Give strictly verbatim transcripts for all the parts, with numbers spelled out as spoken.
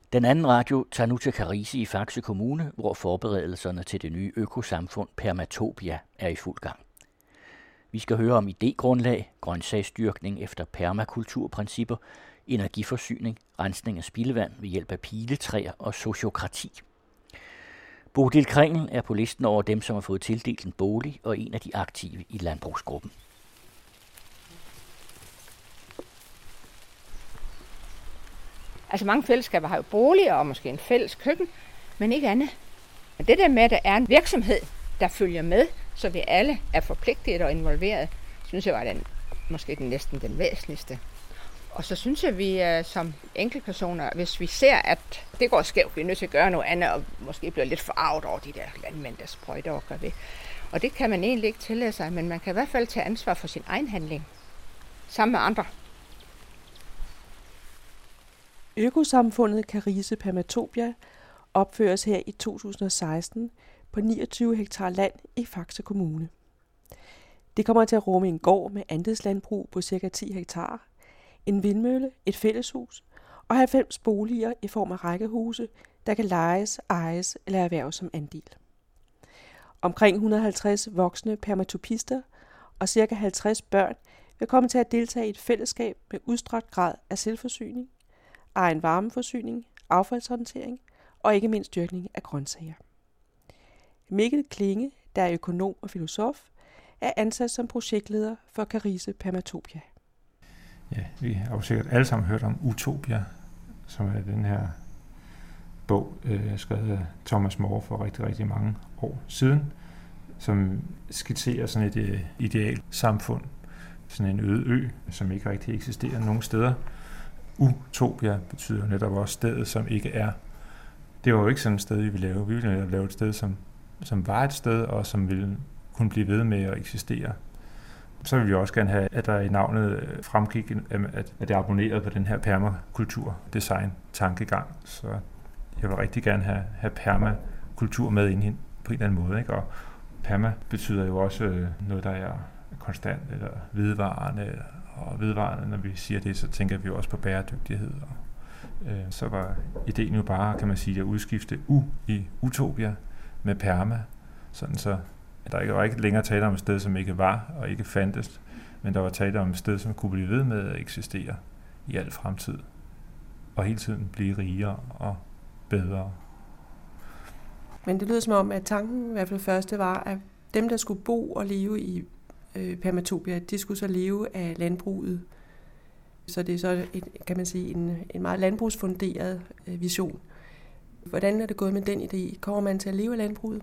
Den anden radio tager nu til Karise i Faxe Kommune, hvor forberedelserne til det nye økosamfund Permatopia er i fuld gang. Vi skal høre om idégrundlag, grøntsagsdyrkning efter permakulturprincipper, energiforsyning, rensning af spildevand ved hjælp af piletræer og sociokrati. Bodil Kringel er på listen over dem, som har fået tildelt en bolig og en af de aktive i landbrugsgruppen. Altså mange fællesskaber har jo boliger og måske en fælles køkken, men ikke andet. Men det der med, at der er en virksomhed, der følger med, så vi alle er forpligtet og involveret, synes jeg var den, måske den næsten den væsentligste. Og så synes jeg, at vi som enkeltpersoner, hvis vi ser, at det går skævt, vi er nødt til at gøre noget andet, og måske bliver lidt forarvet over de der landmænd, der sprøjter og gør det. Og det kan man egentlig ikke tillade sig, men man kan i hvert fald tage ansvar for sin egen handling, sammen med andre. Økosamfundet Karise Permatopia opføres her i to tusind og seksten på niogtyve hektar land i Faxe Kommune. Det kommer til at rumme en gård med andelslandbrug på ca. ti hektar, en vindmølle, et fælleshus og halvfems boliger i form af rækkehuse, der kan lejes, ejes eller erhverves som andel. Omkring et hundrede og halvtreds voksne permatopister og ca. halvtreds børn vil komme til at deltage i et fællesskab med udstrakt grad af selvforsyning, egen varmeforsyning, affaldshåndtering og ikke mindst dyrkning af grøntsager. Mikkel Klinge, der er økonom og filosof, er ansat som projektleder for Karise Permatopia. Ja, vi har jo sikkert alle sammen hørt om Utopia, som er den her bog, øh, skrevet af Thomas More for rigtig, rigtig mange år siden, som skitserer sådan et øh, idealt samfund, sådan en øde ø, som ikke rigtig eksisterer nogen steder. Utopia betyder netop også stedet, som ikke er. Det var jo ikke sådan et sted, vi ville lave. Vi ville netop lave et sted, som, som var et sted, og som ville kunne blive ved med at eksistere. Så vil vi også gerne have, at der i navnet fremgik, at det er abonneret på den her permakultur-design-tankegang. Så jeg vil rigtig gerne have, have permakultur med ind på en eller anden måde. Ikke? Og perma betyder jo også noget, der er konstant eller vedvarende. Og vedvarende, når vi siger det, så tænker vi også på bæredygtighed. Og, øh, så var ideen jo bare, kan man sige, at udskifte U i utopia med perma, sådan så at der ikke var ikke længere tale om et sted, som ikke var og ikke fandtes, men der var tale om et sted, som kunne blive ved med at eksistere i al fremtid, og hele tiden blive rigere og bedre. Men det lyder som om, at tanken i hvert fald første var, at dem, der skulle bo og leve i øh, Permatopia, de skulle så leve af landbruget. Så det er så, et, kan man sige, en, en meget landbrugsfunderet øh, vision. Hvordan er det gået med den idé? Kommer man til at leve af landbruget?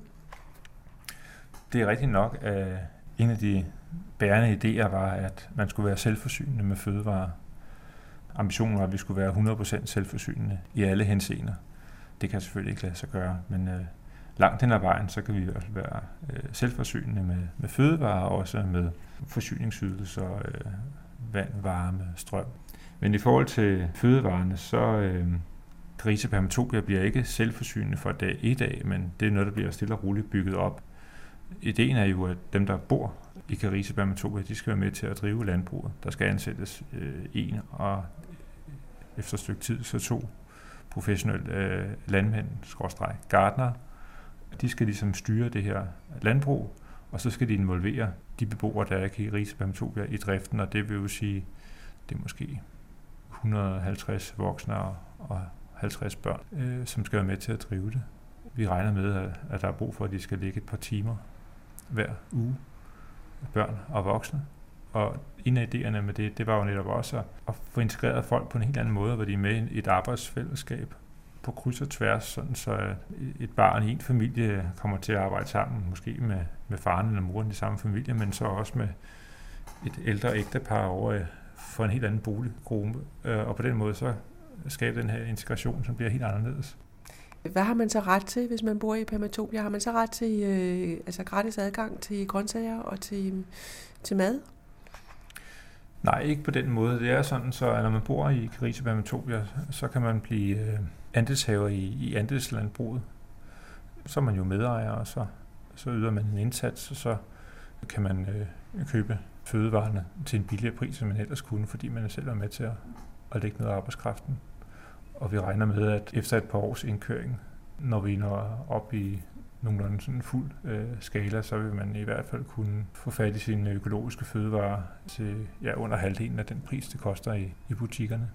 Det er rigtigt nok, at en af de bærende idéer var, at man skulle være selvforsynende med fødevarer. Ambitionen var, at vi skulle være hundrede procent selvforsynende i alle henseender. Det kan selvfølgelig ikke lade sig gøre, men øh, langt hen ad vejen, så kan vi i hvert fald være øh, selvforsynende med, med fødevarer, og også med forsyningsydelser, øh, vand, varme, strøm. Men i forhold til fødevarene, så øh, Karise Permatopia bliver ikke selvforsynende fra dag et af, men det er noget, der bliver stille og roligt bygget op. Ideen er jo, at dem, der bor i Karise Permatopia, de skal være med til at drive landbruget. Der skal ansættes øh, en, og efter et stykke tid, så to professionelle øh, landmænd, skråstreg, gartnere. De skal ligesom styre det her landbrug, og så skal de involvere de beboere, der er i Karise Permatopia i driften, og det vil jo sige, det er måske et hundrede og halvtreds voksne og halvtreds børn, øh, som skal være med til at drive det. Vi regner med, at der er brug for, at de skal ligge et par timer hver uge, børn og voksne. Og en af idéerne med det, det var jo netop også at få integreret folk på en helt anden måde, hvor de er med i et arbejdsfællesskab på kryds og tværs, sådan så et barn i en familie kommer til at arbejde sammen, måske med, med faren eller moren i samme familie, men så også med et ældre ægtepar over for en helt anden boliggruppe. Og på den måde så skaber den her integration, som bliver helt anderledes. Hvad har man så ret til, hvis man bor i Permatopia? Har man så ret til øh, altså gratis adgang til grøntsager og til, til mad? Nej, ikke på den måde. Det er sådan, så at når man bor i Karise Permatopia, så kan man blive øh, andelshaver i, i andelslandbruget. Så er man jo medejer, og så, så yder man en indsats, og så kan man øh, købe fødevarene til en billigere pris, som man ellers kunne, fordi man selv er med til at, at lægge noget af arbejdskraften. Og vi regner med, at efter et par års indkøring, når vi når op i nogenlunde sådan en fuld øh, skala, så vil man i hvert fald kunne få fat i sine økologiske fødevarer til ja, under halvdelen af den pris, det koster i, i butikkerne.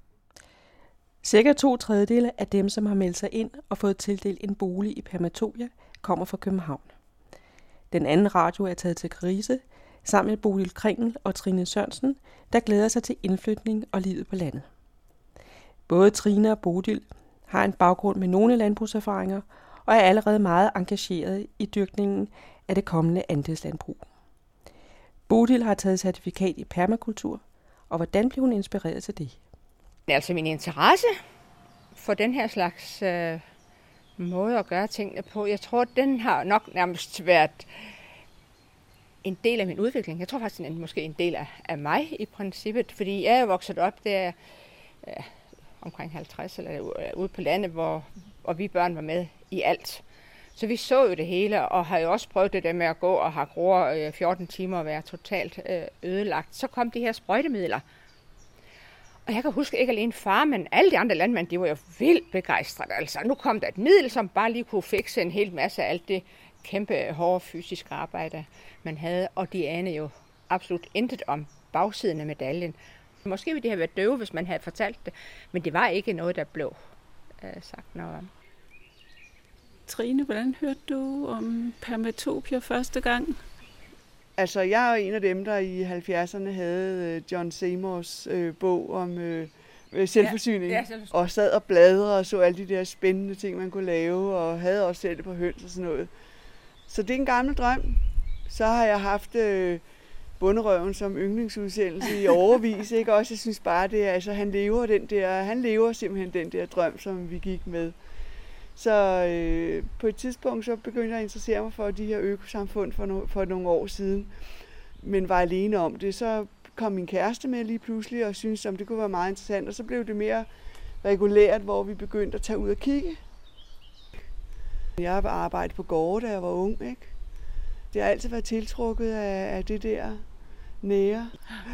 Cirka to tredjedele af dem, som har meldt sig ind og fået tildelt en bolig i Permatopia, kommer fra København. Den anden radio er taget til Karise, sammen med Bodil Kringel og Trine Sørensen, der glæder sig til indflytning og livet på landet. Både Trine og Bodil har en baggrund med nogle landbrugserfaringer og er allerede meget engageret i dyrkningen af det kommende andelslandbrug. Bodil har taget certifikat i permakultur, og hvordan blev hun inspireret til det? Altså min interesse for den her slags øh, måde at gøre tingene på, jeg tror, den har nok nærmest været en del af min udvikling. Jeg tror faktisk, den er måske en del af, af mig i princippet, fordi jeg er vokset op der øh, omkring halvtreds eller ude på landet, hvor og vi børn var med i alt. Så vi så jo det hele, og har jo også prøvet det der med at gå og have gror fjorten timer og være totalt ødelagt. Så kom de her sprøjtemidler. Og jeg kan huske ikke alene far, men alle de andre landmænd, de var jo vildt begejstrede. Altså, nu kom der et middel, som bare lige kunne fikse en hel masse af alt det kæmpe, hårde fysiske arbejde, man havde. Og de anede jo absolut intet om bagsiden af medaljen. Måske ville de have været døve, hvis man havde fortalt det, men det var ikke noget, der blev øh, sagt noget om. Trine, hvordan hørte du om Permatopia første gang? Altså, jeg er en af dem, der i halvfjerdserne havde John Seymours øh, bog om øh, selvforsyning, ja, ja, og sad og bladrede og så alle de der spændende ting, man kunne lave, og havde også selv det på høns og sådan noget. Så det er en gammel drøm. Så har jeg haft øh, Bonderøven som yndlingsudsendelse i overvis, ikke? Også jeg synes bare, det er, altså, han lever den der, han lever simpelthen den der drøm, som vi gik med. Så øh, på et tidspunkt så begyndte jeg at interessere mig for de her økosamfund for, no- for nogle år siden, men var alene om det. Så kom min kæreste med lige pludselig og syntes, at det kunne være meget interessant, og så blev det mere regulært, hvor vi begyndte at tage ud og kigge. Jeg har arbejdet på gårde, da jeg var ung, ikke? Det har altid været tiltrukket af, af det der nære.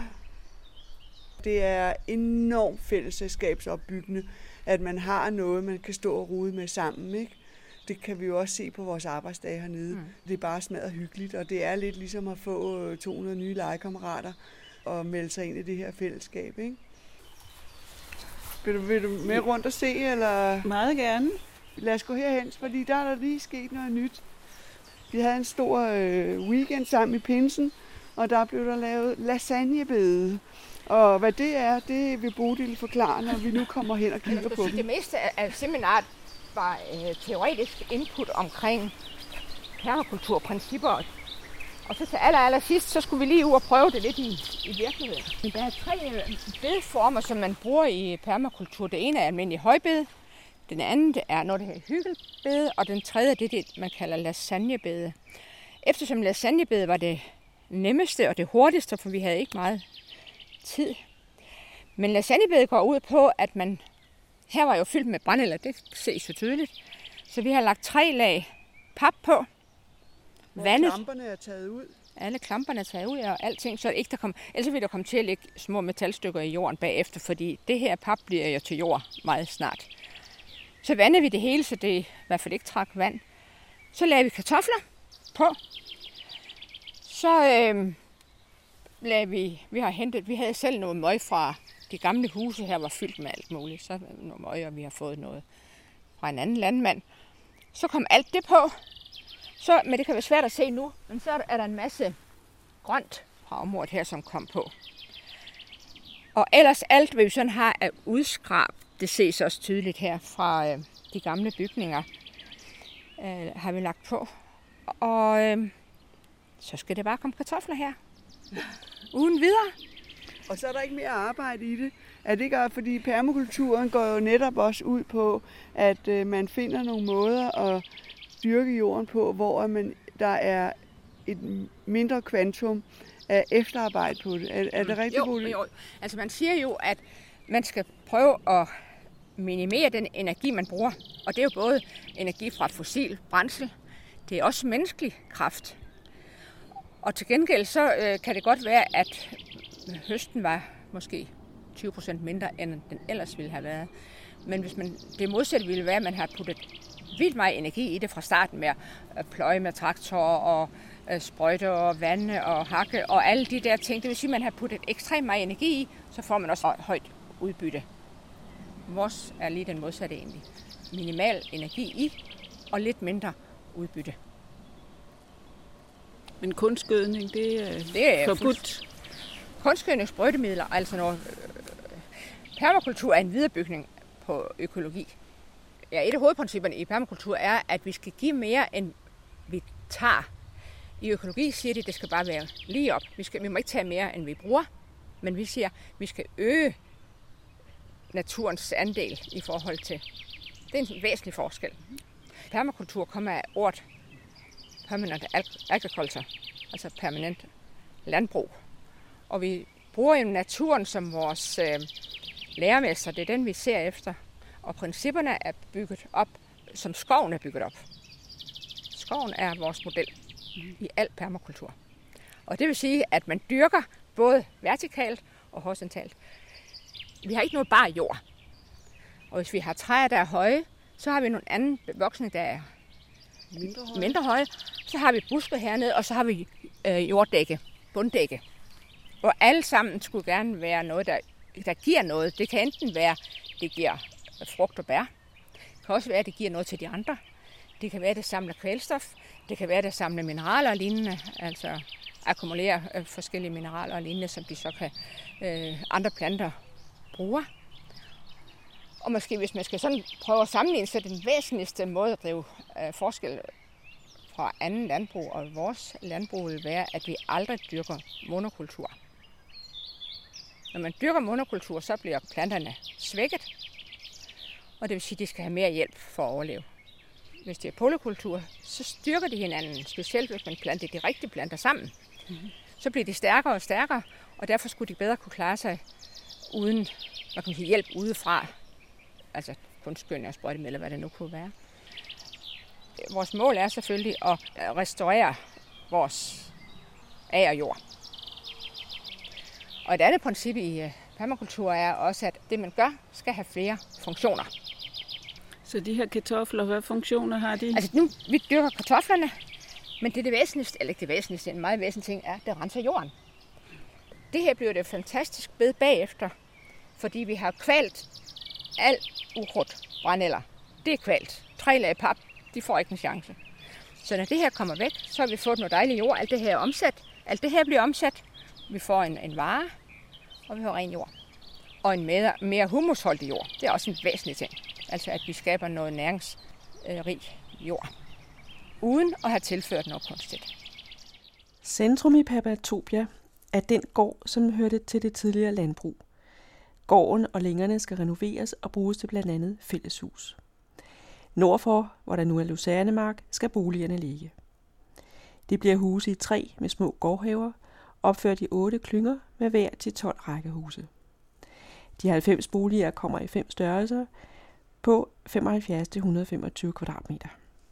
Det er enormt fællesskabsopbyggende, at man har noget, man kan stå og rode med sammen, ikke? Det kan vi jo også se på vores arbejdsdage hernede. Mm. Det er bare smadret hyggeligt, og det er lidt ligesom at få to hundrede nye legekammerater og melde sig ind i det her fællesskab, ikke? Vil du, vil du med rundt og se, eller? Meget gerne. Lad os gå herhen, fordi der er der lige sket noget nyt. Vi havde en stor øh, weekend sammen i pinsen, og der blev der lavet lasagnebede. Og hvad det er, det vil Bodil forklare, når vi nu kommer hen og kigger på dem. Det meste af seminaret var øh, teoretisk input omkring permakulturprincipper. Og så til aller, aller sidst, så skulle vi lige ud og prøve det lidt i, i virkeligheden. Men der er tre bedeformer, som man bruger i permakultur. Det ene er almindelig højbede, den anden det er noget, der hedder hyggelbede, og den tredje det er det, man kalder lasagnebede. Eftersom lasagnebede var det nemmeste og det hurtigste, for vi havde ikke meget tid. Men lasagnebede går ud på, at man... Her var jo fyldt med brændenælder, det ses så tydeligt. Så vi har lagt tre lag pap på. Hvor vandet. klamperne er taget ud. Alle klamperne er taget ud og alting, så ikke der kom, ellers vil der komme til at ligge små metalstykker i jorden bagefter, fordi det her pap bliver jo til jord meget snart. Så vandede vi det hele, så det i hvert fald ikke trak vand. Så lagde vi kartofler på. Så øh, lagde vi, vi har hentet, vi havde selv noget møg fra de gamle huse her, var fyldt med alt muligt. Så noget møg, og vi har fået noget fra en anden landmand. Så kom alt det på. Så, men det kan være svært at se nu, men så er der en masse grønt fra området her, som kom på. Og ellers alt, hvad vi sådan har af udskrab, det ses også tydeligt her fra øh, de gamle bygninger, øh, har vi lagt på. Og øh, så skal det bare komme kartofler her. Uden videre. Og så er der ikke mere arbejde i det. Er det ikke, fordi permakulturen går jo netop også ud på, at øh, man finder nogle måder at dyrke jorden på, hvor man, der er et mindre kvantum af efterarbejde på det. Er, er det rigtigt, jo, jo, altså man siger jo, at man skal prøve at minimere den energi, man bruger. Og det er jo både energi fra fossil brændsel, det er også menneskelig kraft. Og til gengæld så øh, kan det godt være, at høsten var måske tyve procent mindre, end den ellers ville have været. Men hvis man, det modsatte ville være, at man har puttet vildt meget energi i det fra starten med at pløje med traktorer og øh, sprøjte og vande og hakke og alle de der ting. Det vil sige, at man har puttet ekstremt meget energi i, så får man også højt udbytte. Vores er lige den modsatte egentlig. Minimal energi i og lidt mindre udbytte. Men kunstgødning, det er, det er forbudt. Kunstgødning, sprøjtemidler, altså noget. Permakultur er en viderebygning på økologi. Ja, et af hovedprincipperne i permakultur er, at vi skal give mere, end vi tager. I økologi siger de, at det skal bare være lige op. Vi, skal, vi må ikke tage mere, end vi bruger, men vi siger, at vi skal øge naturens andel i forhold til. Det er en væsentlig forskel. Permakultur kommer af ordet permanent agriculture, altså permanent landbrug. Og vi bruger jo naturen som vores øh, læremester, det er den, vi ser efter. Og principperne er bygget op, som skoven er bygget op. Skoven er vores model i al permakultur. Og det vil sige, at man dyrker både vertikalt og horisontalt. Vi har ikke noget bare jord. Og hvis vi har træer, der er høje, så har vi nogle anden voksne, der er mindre høje. mindre høje. Så har vi buske hernede, og så har vi øh, jorddække, bunddække. Og alle sammen skulle gerne være noget, der, der giver noget. Det kan enten være, det giver frugt og bær. Det kan også være, at det giver noget til de andre. Det kan være, at det samler kvælstof. Det kan være, at det samler mineraler og lignende. Altså akkumulere øh, forskellige mineraler og lignende, som de så kan øh, andre planter bruge. Og måske, hvis man skal sådan prøve at sammenligne, så er den væsentligste måde at drive øh, forskel fra anden landbrug og vores landbrug vil være, at vi aldrig dyrker monokultur. Når man dyrker monokultur, så bliver planterne svækket, og det vil sige, at de skal have mere hjælp for at overleve. Hvis det er polykultur, så styrker de hinanden, specielt hvis man planter de rigtige planter sammen. Mm-hmm. Så bliver de stærkere og stærkere, og derfor skulle de bedre kunne klare sig uden man kan sige, hjælp udefra. Altså kunstgødning og sprøjtemidler, eller hvad det nu kunne være. Vores mål er selvfølgelig at restaurere vores agerjord. Og et andet princip i permakultur er også, at det man gør, skal have flere funktioner. Så de her kartofler, hvad funktioner har de? Altså nu, vi dyrker kartoflerne, men det er det væsentligste, eller ikke det væsentligste, en meget væsentlig ting er, at det renser jorden. Det her bliver det fantastisk bed bagefter, fordi vi har kvalt alt ukrudt, brændenælder. Det er kvalt. Tre lag pap, de får ikke en chance. Så når det her kommer væk, så har vi fået noget dejligt jord. Alt det her er omsat. Alt det her bliver omsat. Vi får en, en vare, og vi får ren jord. Og en mere, mere humusholdig jord. Det er også en væsentlig ting. Altså at vi skaber noget næringsrig jord, uden at have tilført noget kunstigt. Centrum i Permatopia er den gård, som hørte til det tidligere landbrug. Gården og længerne skal renoveres og bruges til blandt andet fælleshus. Nordfor, hvor der nu er Lucernemark, skal boligerne ligge. Det bliver huse i træ med små gårdhaver, opført i otte klynger med hver til tolv rækkehuse. De halvfems boliger kommer i fem størrelser på femoghalvfjerds til et hundrede og femogtyve kvadratmeter.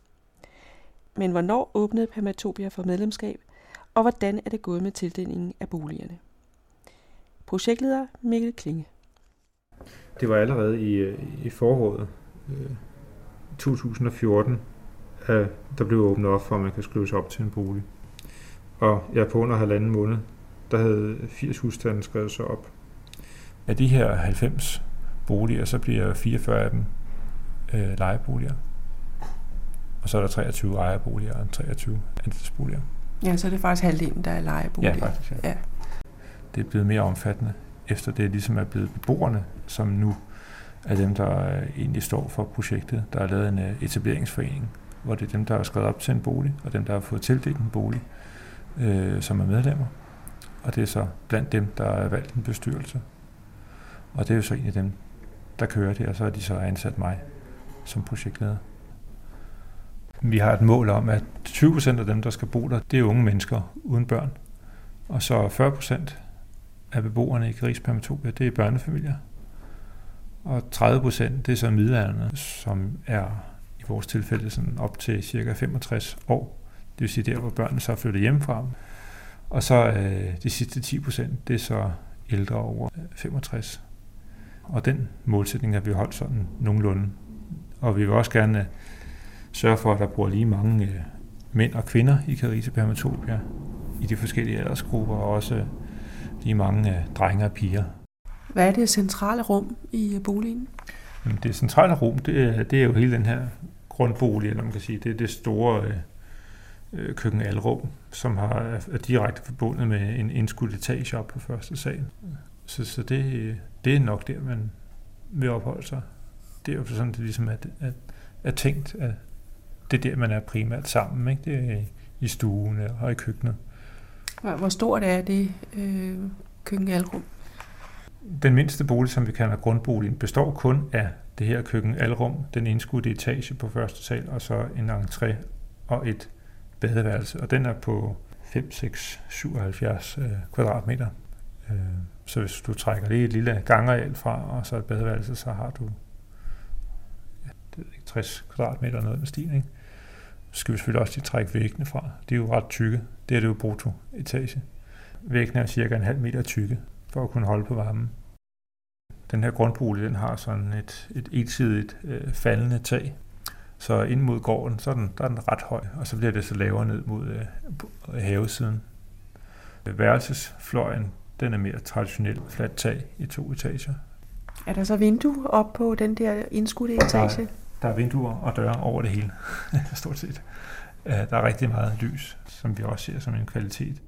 Men hvornår åbnede Permatopia for medlemskab, og hvordan er det gået med tildelingen af boligerne? Projektleder Mikkel Klinge. Det var allerede i, i foråret øh, to tusind og fjorten, at der blev åbnet op for, at man kan skrive sig op til en bolig. Og ja, på under halvanden måned, der havde firs husstande skrevet sig op. Af de her halvfems boliger, så bliver fireogfyrre af dem øh, lejeboliger. Og så er der treogtyve ejerboliger og treogtyve andelsboliger. Ja, så er det faktisk halvdelen, der er lejeboliger. Ja, faktisk, ja. ja. Det er blevet mere omfattende, efter det ligesom er blevet beboerne, som nu er dem, der egentlig står for projektet. Der er lavet en etableringsforening, hvor det er dem, der har skrevet op til en bolig, og dem, der har fået tildelt en bolig, øh, som er medlemmer. Og det er så blandt dem, der er valgt en bestyrelse. Og det er jo så en af dem, der kører det, og så har de så ansat mig som projektleder. Vi har et mål om, at tyve procent af dem, der skal bo der, det er unge mennesker uden børn. Og så fyrre procent af beboerne i Karis Permatopia, det er børnefamilier. Og tredive procent, det er så middelaldrende, som er i vores tilfælde sådan op til cirka femogtres år. Det vil sige der, hvor børnene så er flyttet hjemmefra. Og så øh, de sidste ti procent, det er så ældre over femogtres. Og den målsætning har vi holdt sådan nogenlunde. Og vi vil også gerne sørge for, at der bor lige mange øh, mænd og kvinder i Karise Permatopia i de forskellige aldersgrupper, og også lige mange øh, drenge og piger. Hvad er det centrale rum i boligen? Det centrale rum, det er, det er jo hele den her grundbolig, eller man kan sige, det er det store øh, køkkenalrum, som har, er direkte forbundet med en indskudt etage op på første sal. Så, så det, det er nok der, man vil opholde sig. Det er jo sådan, det ligesom er, er, er tænkt, at det er der, man er primært sammen, ikke? Det er i stuen og i køkkenet. Hvor stort er det øh, køkkenalrum? Den mindste bolig, som vi kalder grundboligen, består kun af det her køkkenalrum, den indskudte etage på første sal, og så en entré og et badeværelse. Og den er på fem, seks, syvoghalvfjerds øh, kvadratmeter. Øh, så hvis du trækker det et lille gangareal fra, og så et badeværelse, så har du ja, det er ikke tres kvadratmeter noget med stil, ikke? Så skal vi selvfølgelig også lige trække væggene fra. De er jo ret tykke. Det er det jo bruttoetage. Væggene er cirka en halv meter tykke, for at kunne holde på varmen. Den her grundbolig, den har sådan et, et etsidigt øh, faldende tag. Så ind mod gården, så er den, der er den ret høj, og så bliver det så lavere ned mod øh, havesiden. Værelsesfløjen, den er mere traditionel fladt tag i to etager. Er der så vinduer op på den der indskudte etage? Der, der er vinduer og døre over det hele, stort set. Der er rigtig meget lys, som vi også ser som en kvalitet.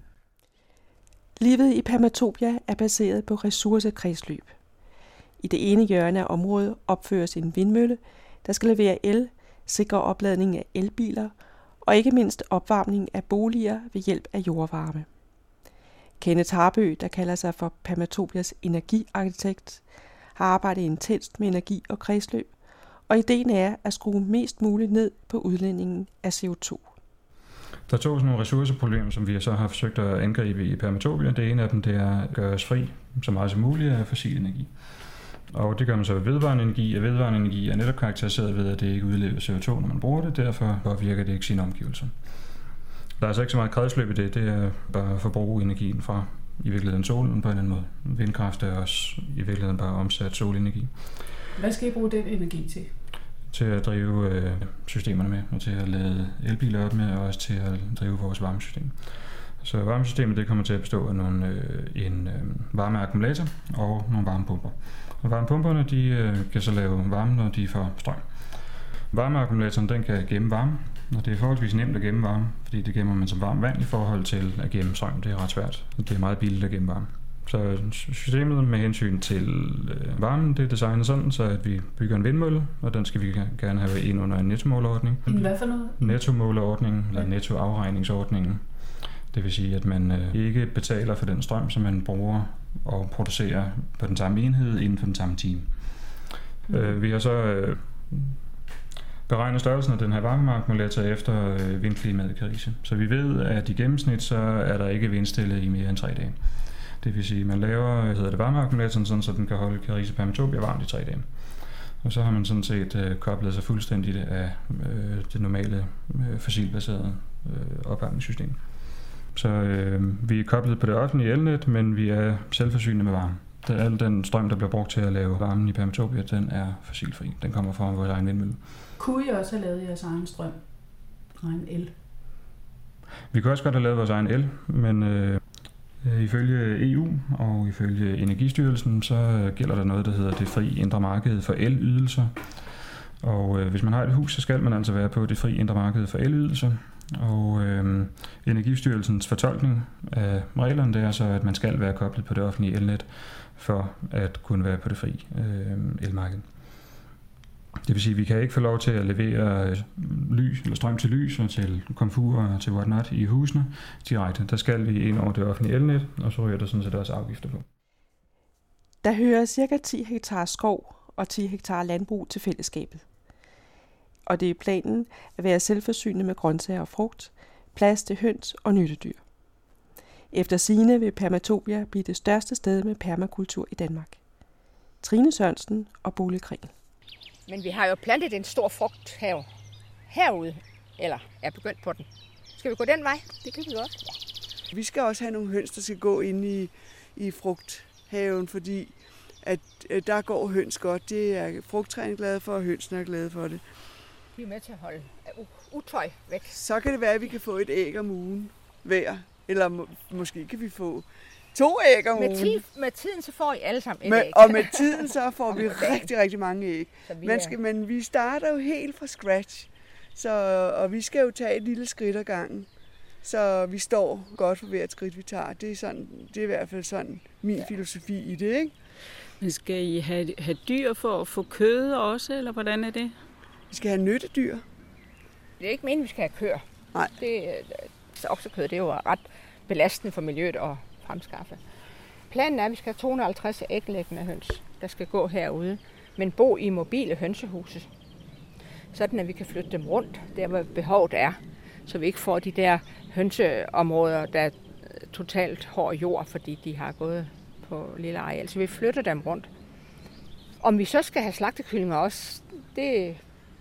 Livet i Permatopia er baseret på ressourcekredsløb. I det ene hjørne af området opføres en vindmølle, der skal levere el, sikre opladning af elbiler og ikke mindst opvarmning af boliger ved hjælp af jordvarme. Kenneth Harbø, der kalder sig for Permatopias energiarkitekt, har arbejdet intenst med energi og kredsløb, og ideen er at skrue mest muligt ned på udledningen af C O to. Der er to sådan nogle ressourceproblemer, som vi så har forsøgt at angribe i Permatopia. Det ene af dem, det er at gøre os fri så meget som muligt af fossil energi. Og det gør man så ved vedvarende energi, og vedvarende energi er netop karakteriseret ved, at det ikke udleder C O to, når man bruger det, derfor påvirker det ikke sine omgivelser. Der er altså ikke så meget kredsløb i det, det er bare at forbruge energien fra i virkeligheden solen på en anden måde. Vindkraft er også i virkeligheden bare omsat solenergi. Hvad skal I bruge den energi til? Til at drive øh, systemerne med, og til at lade elbiler op med, og også til at drive vores varmesystem. Så varmesystemet det kommer til at bestå af nogle, øh, en øh, varmeakkumulator og nogle varmepumper. Og varmepumperne de, øh, kan så lave varme, når de får strøm. Varmeakkumulatoren den kan gemme varme, og det er forholdsvis nemt at gemme varme, fordi det gemmer man som varmt vand i forhold til at gemme strøm. Det er ret svært, og det er meget billigt at gemme varme. Så systemet med hensyn til øh, varmen, det er designet sådan, så at vi bygger en vindmølle, og den skal vi gerne have ind under en nettomålerordning. En hvad for noget? Nettomålerordningen, eller nettoafregningsordningen. Det vil sige, at man øh, ikke betaler for den strøm, som man bruger og producerer på den samme enhed inden for den samme time. Mm. Øh, vi har så øh, beregnet størrelsen af den her varmeakkumulator efter øh, vindklimaet i Karise. Så vi ved, at i gennemsnit så er der ikke vindstille i mere end tre dage. Det vil sige, at man laver hedder det varmeakkumulatoren, sådan, så den kan holde Karise Permatopia varmt i tre dage. Og så har man sådan set øh, koblet sig fuldstændigt af øh, det normale øh, fossilbaserede øh, opvarmningssystem. Så øh, vi er koblet på det offentlige elnet, men vi er selvforsynende med varme. Al den strøm, der bliver brugt til at lave varmen i Permatopia, den er fossilfri. Den kommer fra vores egen vindmølle. Kunne I også have lavet jeres egen strøm? Egen el? Vi kunne også godt have lavet vores egen el, men øh, ifølge E U og ifølge Energistyrelsen, så gælder der noget, der hedder det fri indre marked forelydelser. Og øh, hvis man har et hus, så skal man altså være på det fri indre marked forelydelser. Og øh, Energistyrelsens fortolkning af reglerne, det er så, at man skal være koblet på det offentlige elnet for at kunne være på det fri øh, elmarked. Det vil sige, at vi kan ikke få lov til at levere lys eller strøm til lys og til komfur og til whatnot i husene direkte. Der skal vi ind over det offentlige elnet, og så ryger der sådan set også afgifter på. Der hører cirka ti hektar skov og ti hektar landbrug til fællesskabet. Og det er planen at være selvforsynende med grøntsager og frugt, plads til høns og nyttedyr. Efter sigende vil Permatopia blive det største sted med permakultur i Danmark. Trine Sørensen og Bole Kring. Men vi har jo plantet en stor frugthave herude, eller er begyndt på den. Skal vi gå den vej? Det kan vi godt. Ja. Vi skal også have nogle høns, der skal gå ind i, i frugthaven, fordi at øh, der går høns godt. Det er frugttræerne glade for, og hønsene er glade for det. De er med til at holde utøj væk. Så kan det være, at vi kan få et æg om ugen hver. Eller må, måske kan vi få to æg om med ugen. Tid, med tiden så får I alle sammen et med, æg. Og med tiden så får vi rigtig, rigtig mange æg. Man skal, men vi starter jo helt fra scratch. Så, og vi skal jo tage et lille skridt ad gangen. Så vi står godt for hvert skridt, vi tager. Det er, sådan, det er i hvert fald sådan min ja. filosofi i det, ikke? Men skal I have, have dyr for at få kød også, eller hvordan er det? Vi skal have nyttedyr. Det er ikke meningen, vi skal have køer. Nej. Det, så oksekød, det er jo ret belastende for miljøet at fremskaffe. Planen er, at vi skal have to hundrede og halvtreds æglæggende høns, der skal gå herude, men bo i mobile hønsehuse. Sådan at vi kan flytte dem rundt, der hvor behovet er, så vi ikke får de der hønseområder, der er totalt hård jord, fordi de har gået på lille areal. Så vi flytter dem rundt. Om vi så skal have slagtekyllinger også, det...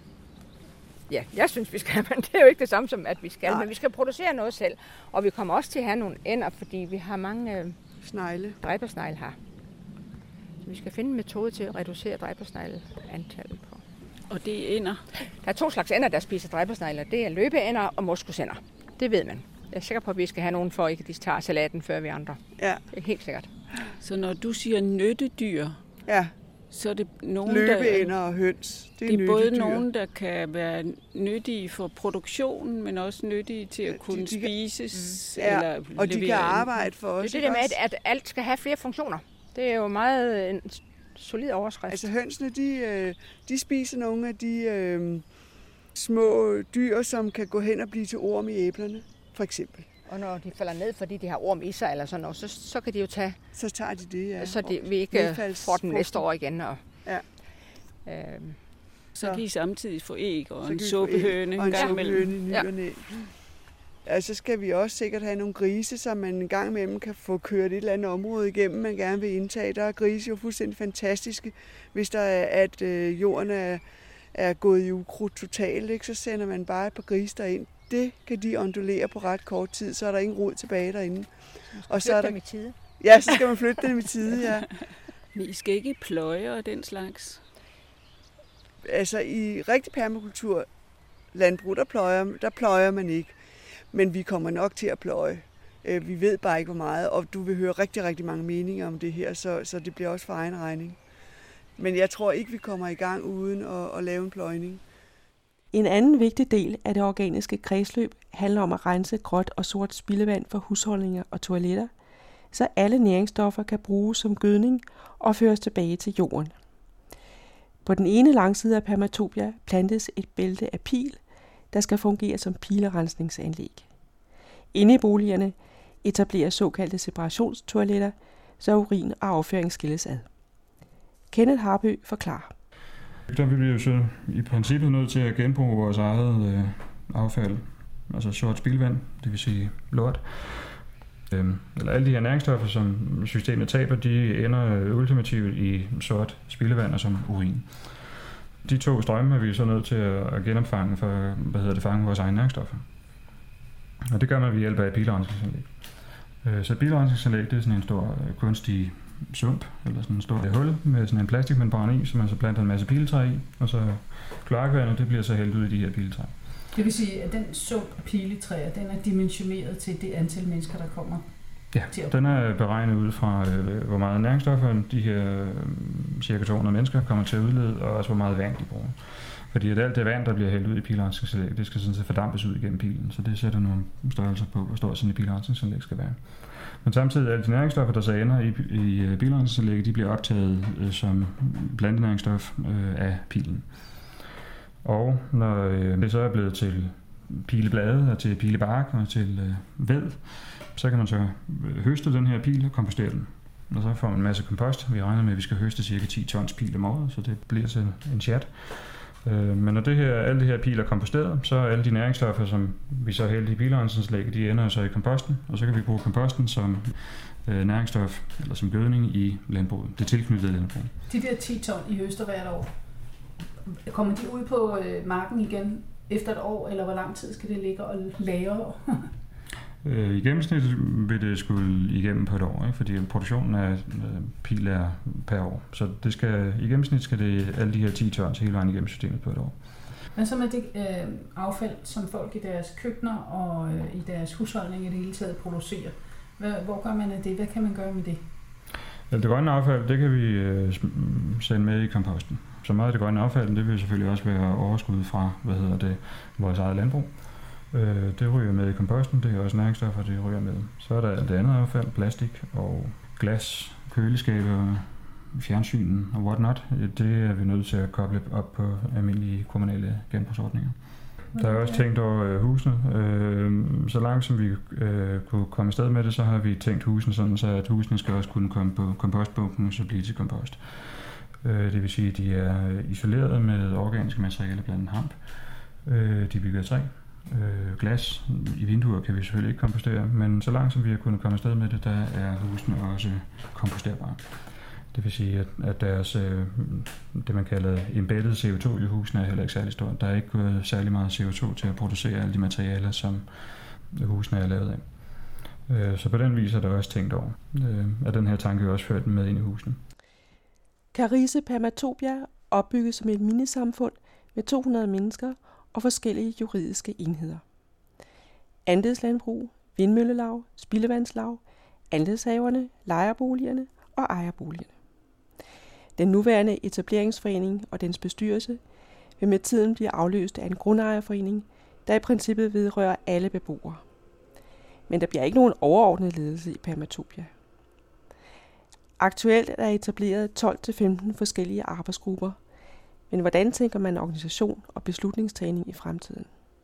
Ja, jeg synes, vi skal, men det er jo ikke det samme som, at vi skal. Nej. Men vi skal producere noget selv. Og vi kommer også til at have nogle ænder, fordi vi har mange øh, snegle. dræbersnegle her. Så vi skal finde en metode til at reducere dræbersnegleantallet på. Og det er ænder? Der er to slags ænder, der spiser dræbersnegle. Det er løbeænder og moskusænder. Det ved man. Jeg er sikker på, at vi skal have nogen for, ikke at de tager salaten før vi andre. Ja. Det er helt sikkert. Så når du siger nyttedyr, ja. så er det nogen, løbeænder og høns. Det er, det er både nogen, der kan være nyttige for produktionen, men også nyttige til at kunne de, de spises. Kan, ja, eller og de kan arbejde for os. Det er det der med, at alt skal have flere funktioner. Det er jo meget en solid overskrift. Altså hønsene, de, de spiser nogle af de øh, små dyr, som kan gå hen og blive til orm i æblerne, for eksempel. Og når de falder ned, fordi de har orm i sig eller sådan noget, så, så kan de jo tage... Så tager de det, ja. Så de, vi ikke får den næste år igen. Og, ja. øhm, så, så kan I samtidig få æg og en suppehøne. Og en suppehøne i ny og næ. Ja, så skal vi også sikkert have nogle grise, som man en gang imellem kan få kørt et eller andet område igennem, man gerne vil indtage. Der er grise jo fuldstændig fantastiske, hvis der er, at øh, jorden er, er gået i ukrudt totalt, ikke? Så sender man bare et par grise derind. Det kan de ondulere på ret kort tid, så er der ingen rod tilbage derinde. Og så er der... dem i tide. Ja, så skal man flytte dem i tide, ja. Men I skal ikke pløje og den slags? Altså i rigtig permakultur landbrug, der pløjer, der pløjer man ikke. Men vi kommer nok til at pløje. Vi ved bare ikke, hvor meget, og du vil høre rigtig, rigtig mange meninger om det her, så, så det bliver også for egen regning. Men jeg tror ikke, vi kommer i gang uden at, at lave en pløjning. En anden vigtig del af det organiske kredsløb handler om at rense gråt og sort spildevand for husholdninger og toiletter, så alle næringsstoffer kan bruges som gødning og føres tilbage til jorden. På den ene langside af Permatopia plantes et bælte af pil, der skal fungere som pilerensningsanlæg. Inde i boligerne etableres såkaldte separationstoiletter, så urin og afføring skilles ad. Kenneth Harby forklarer. Der vil vi jo så i princippet nødt til at genbruge vores eget øh, affald, altså sort spildevand, det vil sige lort. Øhm, eller alle de her næringsstoffer, som systemet taber, de ender ultimativt i sort spildevand og som urin. De to strømme er vi så nødt til at genopfange for, hvad hedder det, fange vores egne næringsstoffer. Og det gør man ved hjælp af et bilrensningsanlæg. Så et bilrensningsanlæg, det er sådan en stor kunstig sump, eller sådan en stor hul med sådan en plastikmembran i, som man så planter en masse piletræ i, og så kloakvandet, det bliver så hældt ud i de her piletræ. Det vil sige, at den sump af piletræer, den er dimensioneret til det antal mennesker, der kommer ja, til at... den er beregnet ud fra, øh, hvor meget næringsstoffer de her øh, cirka to hundrede mennesker kommer til at udlede, og også hvor meget vand de bruger. Fordi at alt det vand, der bliver hældt ud i pilrensningsanlæg, det skal sådan set fordampes ud igennem pilen, så det sætter nogle størrelser på, hvor stort sådan et pilrensningsanlæg skal være. Men samtidig alle de næringsstoffer, der så ender i, i pilrensningsanlægget, de bliver optaget øh, som plantenæringsstof øh, af pilen. Og når øh, det så er blevet til pileblade og til pilebark og til øh, ved, så kan man så høste den her pil og kompostere den. Og så får man en masse kompost. Vi regner med, at vi skal høste cirka ti tons pil om året, så det bliver til en chat. Men når det her, alle det her pil er komposteret, så er alle de næringsstoffer, som vi så hælder i pilrensningsanlægget, de ender så i komposten, og så kan vi bruge komposten som øh, næringsstof eller som gødning i landbruget. Det er tilknyttet landbruget. De der ti ton i høster hvert år, kommer de ud på øh, marken igen efter et år, eller hvor lang tid skal det ligge og lagre? Øh, I gennemsnit vil det skulle igennem på et år, ikke? Fordi produktionen af pil er per år. Så det skal, i gennemsnit skal det alle de her ti tons hele vejen igennem systemet på et år. Hvad så med det øh, affald, som folk i deres køkkener og øh, i deres husholdning i det hele taget producerer? Hvad, hvor gør man af det? Hvad kan man gøre med det? Ja, det grønne affald, det kan vi øh, sende med i komposten. Så meget af det grønne affald, det vil selvfølgelig også være overskud fra, hvad hedder det, vores eget landbrug. Øh, det ryger med i komposten, det er også næringsstoffer, det ryger med. Så er der alt det andet affald, plastik og glas, køleskaber, fjernsynen og whatnot. Det er vi nødt til at koble op på almindelige kommunale genbrugsordninger. Der er også tænkt over husene. Så langt som vi kunne komme afsted med det, så har vi tænkt husene sådan, så at husene skal også kunne komme på kompostbunken og så blive til kompost. Det vil sige, at de er isoleret med organiske materialer, blandt andet hamp. De bygger træ. Glas i vinduer kan vi selvfølgelig ikke kompostere, men så langt som vi har kunnet komme afsted med det, der er husene også komposterbare. Det vil sige, at, at deres, det man kalder embedded C O to i husene er heller ikke særlig stort. Der er ikke gået særlig meget C O to til at producere alle de materialer, som husene er lavet af. Så på den vis er der også tænkt over, at den her tanke er også ført med ind i husene. Karise Permatopia opbygget som et minisamfund med to hundrede mennesker og forskellige juridiske enheder. Andelslandbrug, vindmøllelav, spildevandslav, andelshaverne, lejerboligerne og ejerboligerne. Den nuværende etableringsforening og dens bestyrelse vil med tiden blive afløst af en grundejerforening, der i princippet vedrører alle beboere. Men der bliver ikke nogen overordnet ledelse i Permatopia. Aktuelt er der etableret tolv til femten forskellige arbejdsgrupper, men hvordan tænker man organisation og beslutningstagning i fremtiden?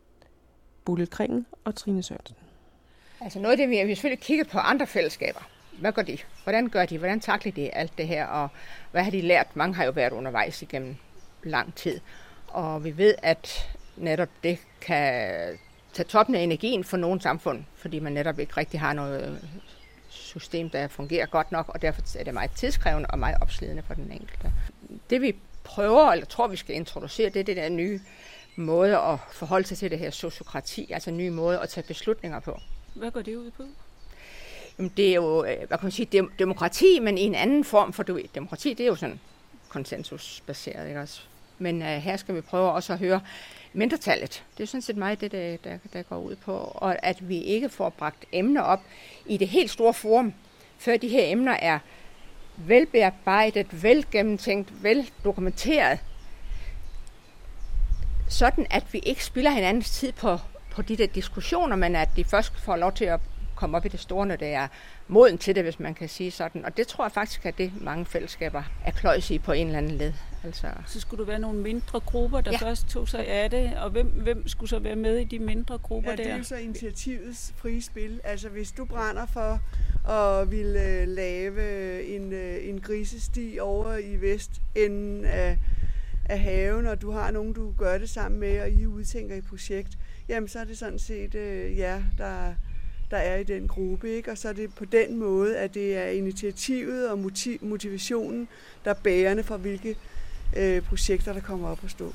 Bodil Kringen og Trine Sørensen. Altså noget af det, vi har selvfølgelig kigget på andre fællesskaber. Hvad gør de? Hvordan gør de? Hvordan takler de alt det her? Og hvad har de lært? Mange har jo været undervejs igennem lang tid. Og vi ved, at netop det kan tage toppen af energien for nogle samfund, fordi man netop ikke rigtig har noget system, der fungerer godt nok, og derfor er det meget tidskrævende og meget opslidende for den enkelte. Det vi prøver, eller tror vi skal introducere, det er det der nye måde at forholde sig til det her sociokrati, altså en ny måde at tage beslutninger på. Hvad går det ud på? Jamen, det er jo, hvad kan man sige, demokrati, men i en anden form, for du, demokrati, det er jo sådan konsensusbaseret, ikke også? Men uh, her skal vi prøve også at høre mindretallet. Det er sådan set meget det, der, der, der går ud på, og at vi ikke får bragt emner op i det helt store forum, før de her emner er velbearbejdet, velgennemtænkt, veldokumenteret, sådan at vi ikke spilder hinandens tid på, på de der diskussioner, men at de først får lov til at komme op i det store, når det er moden til det, hvis man kan sige sådan. Og det tror jeg faktisk, at det mange fællesskaber er kløjs i på en eller anden led. Altså. Så skulle du være nogle mindre grupper, der ja. først tog sig af det, og hvem, hvem skulle så være med i de mindre grupper der? Ja, det er jo så initiativets frie spil. Altså hvis du brænder for at ville lave en, en grisesti over i vestenden af, af haven, og du har nogen, du gør det sammen med, og I udtænker et projekt, jamen så er det sådan set øh, jer, der der er i den gruppe, ikke? Og så er det på den måde, at det er initiativet og motiv- motivationen, der er bærende for, hvilke øh, projekter, der kommer op at stå.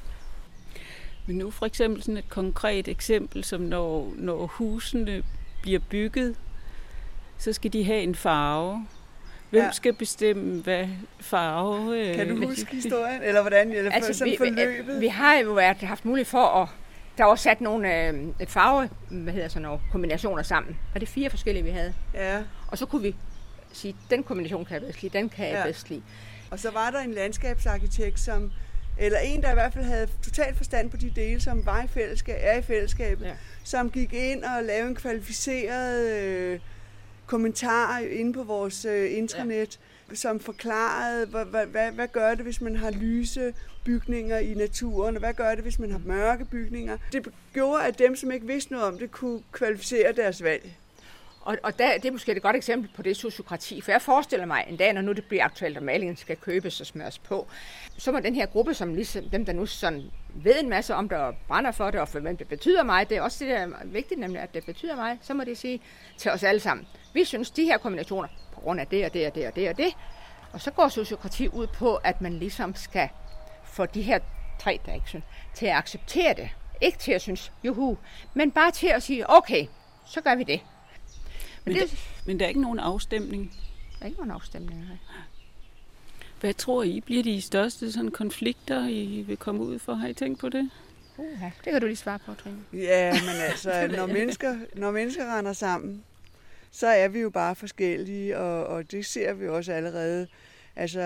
Men nu for eksempel sådan et konkret eksempel, som når, når husene bliver bygget, så skal de have en farve. Hvem ja. skal bestemme, hvad farve... Øh, kan du huske historien, eller hvordan? Eller altså, sådan vi, forløbet? Vi har jo været, haft mulighed for at der var sat nogle øh, farve, hvad hedder sådan nogle kombinationer sammen. Var det fire forskellige, vi havde? Ja. Og så kunne vi sige, den kombination kan jeg bedst lide, den kan jeg ja. bedst lide. Og så var der en landskabsarkitekt, som, eller en, der i hvert fald havde totalt forstand på de dele, som var i fællesskab, er i fællesskabet, ja. som gik ind og lavede en kvalificeret øh, kommentar inde på vores øh, intranet, ja. som forklarede, hvad, hvad, hvad, hvad gør det, hvis man har lyse bygninger i naturen, og hvad gør det, hvis man har mørke bygninger. Det gjorde, at dem, som ikke vidste noget om det, kunne kvalificere deres valg. Og, og der, det er måske et godt eksempel på det sociokrati, for jeg forestiller mig en dag, når nu det bliver aktuelt, og malingen skal købes og smøres på, så må den her gruppe, som ligesom dem, der nu sådan ved en masse om det og brænder for det, og for hvem det betyder mig, det er også det, der er vigtigt, nemlig at det betyder mig, så må de sige til os alle sammen, vi synes, de her kombinationer, på grund af det og det og det og det og det, og så går sociokrati ud på, at man ligesom skal få de her tre, der ikke synes, til at acceptere det. Ikke til at synes, juhu, men bare til at sige, okay, så gør vi det. Men, men, det, der, men der er ikke nogen afstemning? Der er ikke nogen afstemning, nej. Hvad tror I? Bliver de største sådan konflikter, I vil komme ud for? Har I tænkt på det? Uh, det kan du lige svare på, Trine. Ja, men altså, når mennesker, når mennesker render sammen, så er vi jo bare forskellige, og, og det ser vi også allerede. Altså,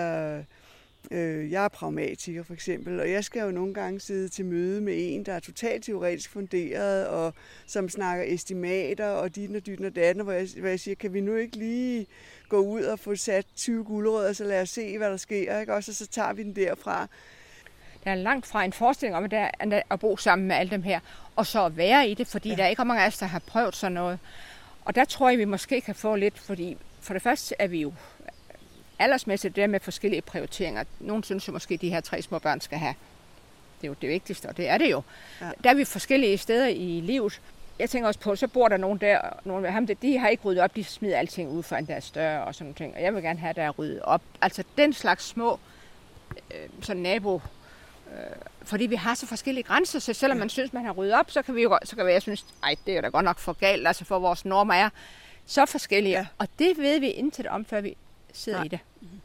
øh, jeg er pragmatiker for eksempel, og jeg skal jo nogle gange sidde til møde med en, der er totalt teoretisk funderet, og som snakker estimater, og dit og dytten og datten, hvor jeg, hvor jeg siger, kan vi nu ikke lige gå ud og få sat tyve gulerødder, så lad os se, hvad der sker, ikke? Også, og så tager vi den derfra. Der er langt fra en forestilling om, at, der, at bo sammen med alle dem her, og så at være i det, fordi ja. Der er ikke mange af os, der har prøvet sådan noget. Og der tror jeg, vi måske kan få lidt, fordi for det første er vi jo aldersmæssigt der med forskellige prioriteringer. Nogle synes jo måske, at de her tre små børn skal have. Det er jo det vigtigste, og det er det jo. Ja. Der er vi forskellige steder i livet. Jeg tænker også på, så bor der nogen der, nogle af ham, de har ikke ryddet op, de smider alting ud for en, der er større og sådan noget. Og jeg vil gerne have, der er ryddet op. Altså den slags små øh, sådan nabo. Fordi vi har så forskellige grænser, så selvom man synes, man har ryddet op, så kan vi jo så kan vi, jeg synes, ej, det er jo da godt nok for galt, altså for vores normer er så forskellige. Ja. Og det ved vi intet om, før vi sidder Nej. i det.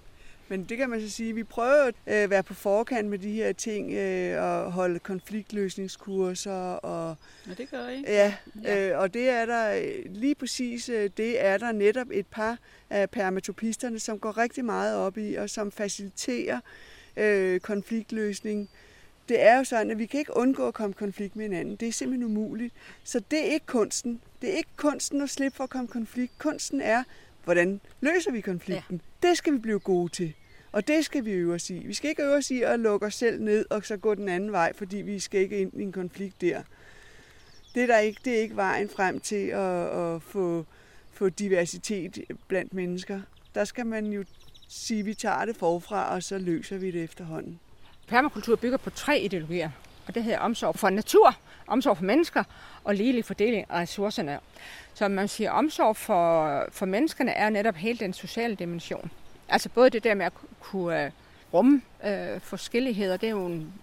Men det kan man så sige, vi prøver at øh, være på forkant med de her ting, øh, og holde konfliktløsningskurser. Og, ja, det gør I. Ja, øh, og det er der lige præcis, det er der netop et par af permatopisterne, som går rigtig meget op i, og som faciliterer Øh, konfliktløsning. Det er jo sådan, at vi kan ikke undgå at komme i konflikt med hinanden. Det er simpelthen umuligt. Så det er ikke kunsten. Det er ikke kunsten at slippe for at komme i konflikt. Kunsten er, hvordan løser vi konflikten? Ja. Det skal vi blive gode til. Og det skal vi øve os i. Vi skal ikke øve os i at lukke os selv ned og så gå den anden vej, fordi vi skal ikke ind i en konflikt der. Det er, der ikke, det er ikke vejen frem til at, at få, få diversitet blandt mennesker. Der skal man jo sige, at vi tager det forfra, og så løser vi det efterhånden. Permakultur bygger på tre ideologier, og det hedder omsorg for natur, omsorg for mennesker og ligelig fordeling af ressourcerne. Så man siger, omsorg for, for menneskerne er netop hele den sociale dimension. Altså både det der med at kunne rumme øh, forskelligheder, det er jo en,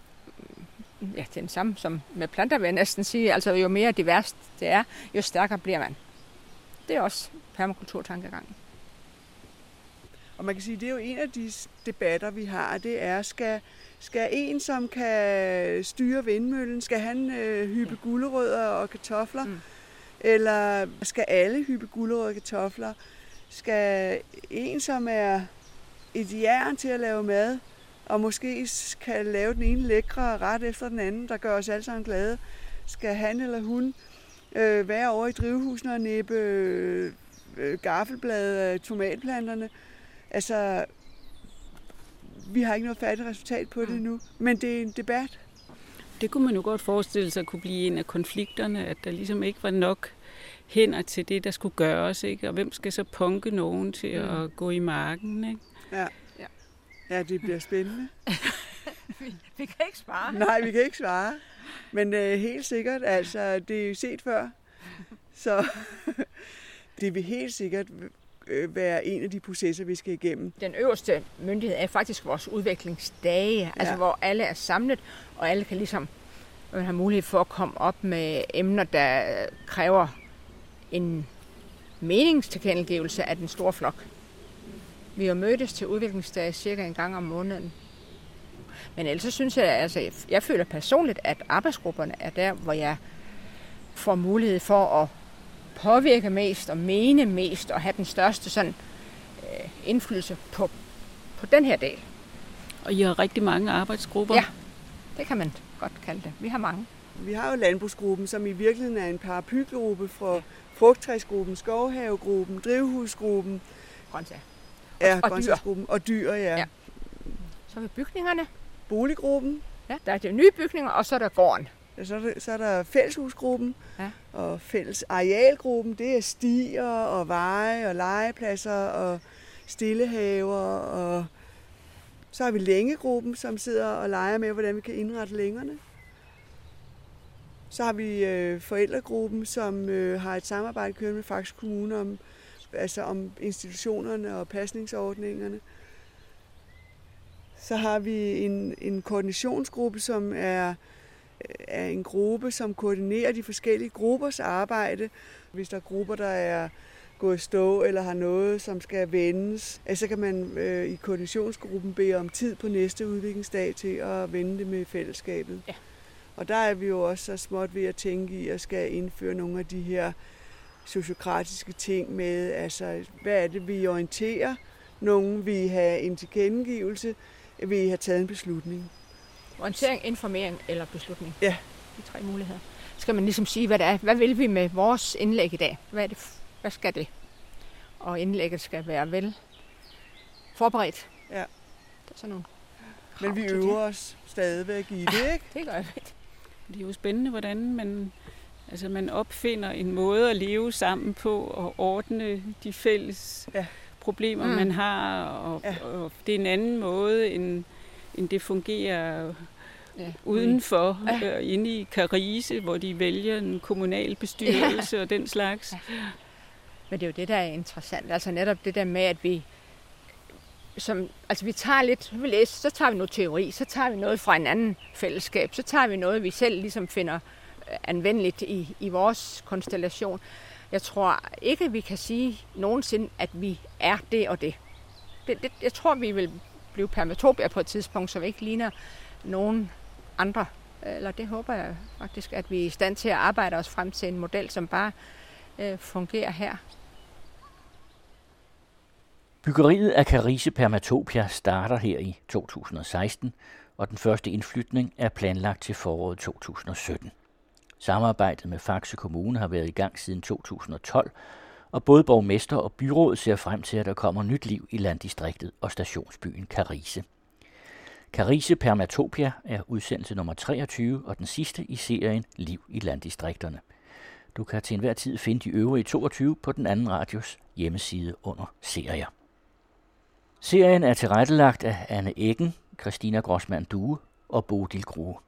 ja, det er den samme som med planter, vil jeg næsten sige. Altså jo mere diverst det er, jo stærkere bliver man. Det er også permakulturtankegangen. Og man kan sige, det er jo en af de debatter, vi har, det er, skal, skal en, som kan styre vindmøllen, skal han øh, hyppe gulerødder og kartofler? Mm. Eller skal alle hyppe gulerødder og kartofler? Skal en, som er et jern til at lave mad, og måske kan lave den ene lækre ret efter den anden, der gør os alle sammen glade, skal han eller hun øh, være over i drivhusene og næppe øh, gaffelblade af tomatplanterne? Altså, vi har ikke noget færdigt resultat på det endnu, men det er en debat. Det kunne man jo godt forestille sig kunne blive en af konflikterne, at der ligesom ikke var nok hænder til det, der skulle gøres, ikke? Og hvem skal så punke nogen til mm. at gå i marken, ikke? Ja, ja. Ja, det bliver spændende. vi, vi kan ikke svare. Nej, vi kan ikke svare. Men øh, helt sikkert, altså, det er jo set før. Så det vil helt sikkert være en af de processer, vi skal igennem. Den øverste myndighed er faktisk vores udviklingsdage, ja. Altså hvor alle er samlet, og alle kan ligesom have mulighed for at komme op med emner, der kræver en meningstilkendegivelse af den store flok. Vi har mødtes til udviklingsdage cirka en gang om måneden. Men ellers så synes jeg, altså, jeg føler personligt, at arbejdsgrupperne er der, hvor jeg får mulighed for at påvirke mest og mene mest og have den største sådan, øh, indflydelse på, på den her del. Og I har rigtig mange arbejdsgrupper? Ja, det kan man godt kalde det. Vi har mange. Vi har jo landbrugsgruppen, som i virkeligheden er en paraplygruppe for frugttræsgruppen, skovhavegruppen, drivhusgruppen. Grøntsager. Ja, og grøntsagsgruppen. Og dyr, ja. ja. Så har vi bygningerne. Boliggruppen. Ja, der er de nye bygninger, og så er der gården. Ja, så, er der, så er der fælleshusgruppen, ja. Og fælles arealgruppen, det er stier og veje og legepladser og stillehaver. Og så har vi længegruppen, som sidder og leger med, hvordan vi kan indrette længerne. Så har vi øh, forældregruppen, som øh, har et samarbejde kørende med Faxe Kommune om, altså om institutionerne og pasningsordningerne. Så har vi en, en koordinationsgruppe, som er er en gruppe, som koordinerer de forskellige gruppers arbejde. Hvis der er grupper, der er gået i stå eller har noget, som skal vendes, så kan man øh, i koordinationsgruppen bede om tid på næste udviklingsdag til at vende det med fællesskabet. Ja. Og der er vi jo også så småt ved at tænke i at skal indføre nogle af de her sociokratiske ting med, altså hvad er det, vi orienterer? Nogen vil have en tilkendegivelse, vil have taget en beslutning. Orientering, informering eller beslutning. Ja. De tre muligheder. Skal man ligesom sige, hvad det er. Hvad vil vi med vores indlæg i dag? Hvad, er det, hvad skal det? Og indlægget skal være vel forberedt. Ja. Der er sådan nogle Men vi øver os stadigvæk i det, ikke? Det gør vi. Det er jo spændende, hvordan man, altså man opfinder en måde at leve sammen på og ordne de fælles ja. problemer, mm. man har. Og, ja. og det er en anden måde, end, end det fungerer ja. udenfor, ja. øh, inde i Karise, hvor de vælger en kommunal bestyrelse ja. og den slags. Ja. Men det er jo det, der er interessant. Altså netop det der med, at vi som, altså vi tager lidt, vi læser, så tager vi noget teori, så tager vi noget fra en anden fællesskab, så tager vi noget, vi selv ligesom finder anvendeligt i, i vores konstellation. Jeg tror ikke, vi kan sige nogensinde, at vi er det og det. det, det jeg tror, vi vil blive permatopier på et tidspunkt, så vi ikke ligner nogen andre. Eller det håber jeg faktisk, at vi er i stand til at arbejde os frem til en model, som bare øh, fungerer her. Byggeriet af Karise Permatopia starter her i to tusind og seksten, og den første indflytning er planlagt til foråret to tusind og sytten. Samarbejdet med Faxe Kommune har været i gang siden to tusind og tolv, og både borgmester og byråd ser frem til, at der kommer nyt liv i landdistriktet og stationsbyen Karise. Karise Permatopia er udsendelse nummer treogtyve og den sidste i serien Liv i landdistrikterne. Du kan til enhver tid finde de øvrige toogtyve på den anden radios hjemmeside under serier. Serien er tilrettelagt af Anne Eggen, Christina Grossmann Due og Bodil Grue.